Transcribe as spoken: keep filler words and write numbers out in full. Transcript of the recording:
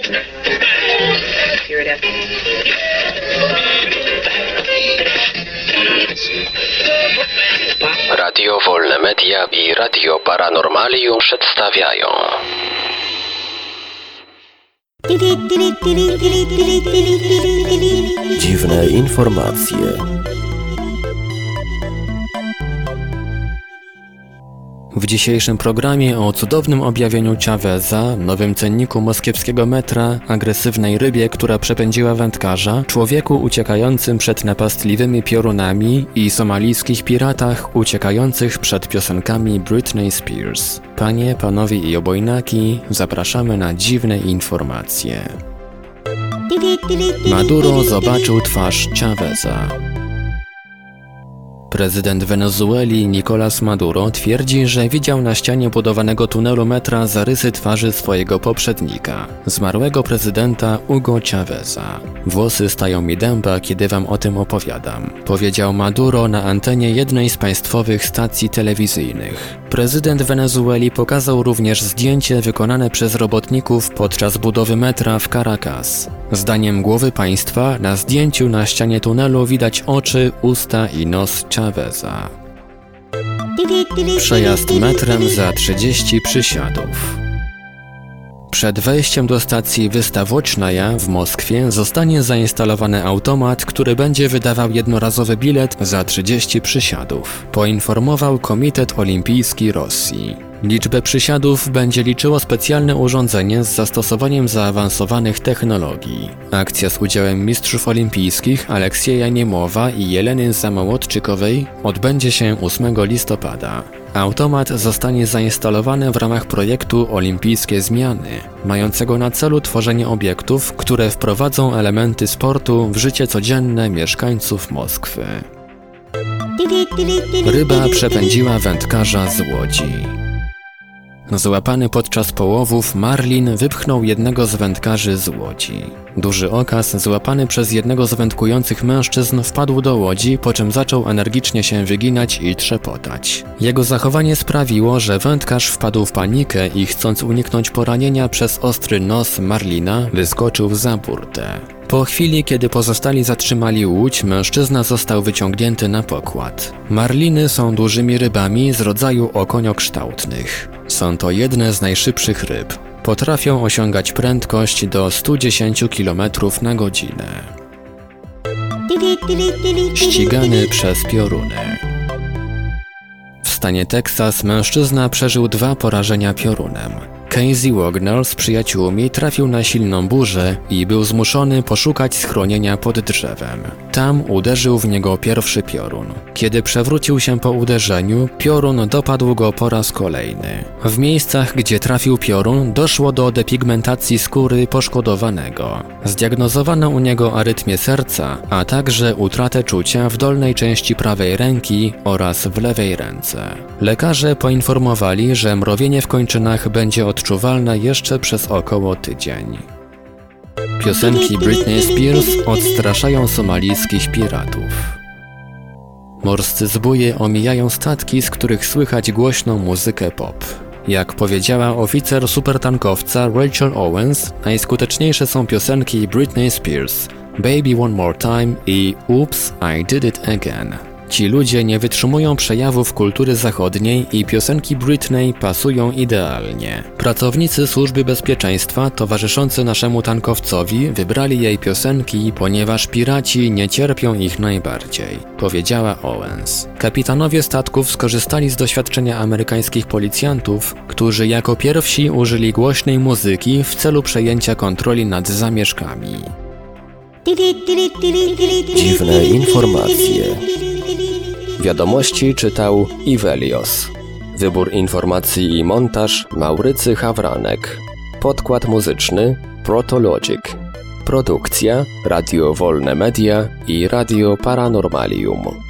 Radio Wolne Media i Radio Paranormalium przedstawiają Dziwne informacje. W dzisiejszym programie o cudownym objawieniu Chaveza, nowym cenniku moskiewskiego metra, agresywnej rybie, która przepędziła wędkarza, człowieku uciekającym przed napastliwymi piorunami i somalijskich piratach uciekających przed piosenkami Britney Spears. Panie, panowie i obojnaki, zapraszamy na dziwne informacje. Maduro zobaczył twarz Chaveza. Prezydent Wenezueli Nicolás Maduro twierdzi, że widział na ścianie budowanego tunelu metra zarysy twarzy swojego poprzednika, zmarłego prezydenta Hugo Chaveza. Włosy stają mi dęba, kiedy wam o tym opowiadam, powiedział Maduro na antenie jednej z państwowych stacji telewizyjnych. Prezydent Wenezueli pokazał również zdjęcie wykonane przez robotników podczas budowy metra w Caracas. Zdaniem głowy państwa na zdjęciu na ścianie tunelu widać oczy, usta i nos Chaveza. Przejazd metrem za trzydzieści przysiadów. Przed wejściem do stacji Wystawocznaja w Moskwie zostanie zainstalowany automat, który będzie wydawał jednorazowy bilet za trzydzieści przysiadów, poinformował Komitet Olimpijski Rosji. Liczbę przysiadów będzie liczyło specjalne urządzenie z zastosowaniem zaawansowanych technologii. Akcja z udziałem mistrzów olimpijskich Aleksieja Niemowa i Jeleny Zamołodczykowej odbędzie się ósmego listopada. Automat zostanie zainstalowany w ramach projektu Olimpijskie Zmiany, mającego na celu tworzenie obiektów, które wprowadzą elementy sportu w życie codzienne mieszkańców Moskwy. Ryba przepędziła wędkarza z łodzi. Złapany podczas połowów marlin wypchnął jednego z wędkarzy z łodzi. Duży okaz, złapany przez jednego z wędkujących mężczyzn, wpadł do łodzi, po czym zaczął energicznie się wyginać i trzepotać. Jego zachowanie sprawiło, że wędkarz wpadł w panikę i chcąc uniknąć poranienia przez ostry nos marlina, wyskoczył za burtę. Po chwili, kiedy pozostali zatrzymali łódź, mężczyzna został wyciągnięty na pokład. Marliny są dużymi rybami z rodzaju okoniokształtnych. Są to jedne z najszybszych ryb. Potrafią osiągać prędkość do stu dziesięciu kilometrów na godzinę. Ścigany przez pioruny. W stanie Teksas mężczyzna przeżył dwa porażenia piorunem. Casey Wagner z przyjaciółmi trafił na silną burzę i był zmuszony poszukać schronienia pod drzewem. Tam uderzył w niego pierwszy piorun. Kiedy przewrócił się po uderzeniu, piorun dopadł go po raz kolejny. W miejscach, gdzie trafił piorun, doszło do depigmentacji skóry poszkodowanego. Zdiagnozowano u niego arytmię serca, a także utratę czucia w dolnej części prawej ręki oraz w lewej ręce. Lekarze poinformowali, że mrowienie w kończynach będzie odczuwalne jeszcze przez około tydzień. Piosenki Britney Spears odstraszają somalijskich piratów. Morscy zbóje omijają statki, z których słychać głośną muzykę pop. Jak powiedziała oficer supertankowca Rachel Owens, najskuteczniejsze są piosenki Britney Spears, Baby One More Time i Oops, I Did It Again. Ci ludzie nie wytrzymują przejawów kultury zachodniej i piosenki Britney pasują idealnie. Pracownicy służby bezpieczeństwa towarzyszący naszemu tankowcowi wybrali jej piosenki, ponieważ piraci nie cierpią ich najbardziej, powiedziała Owens. Kapitanowie statków skorzystali z doświadczenia amerykańskich policjantów, którzy jako pierwsi użyli głośnej muzyki w celu przejęcia kontroli nad zamieszkami. Dziwne informacje. Wiadomości czytał Ivelios. Wybór informacji i montaż Maurycy Hawranek. Podkład muzyczny Protologic. Produkcja Radio Wolne Media i Radio Paranormalium.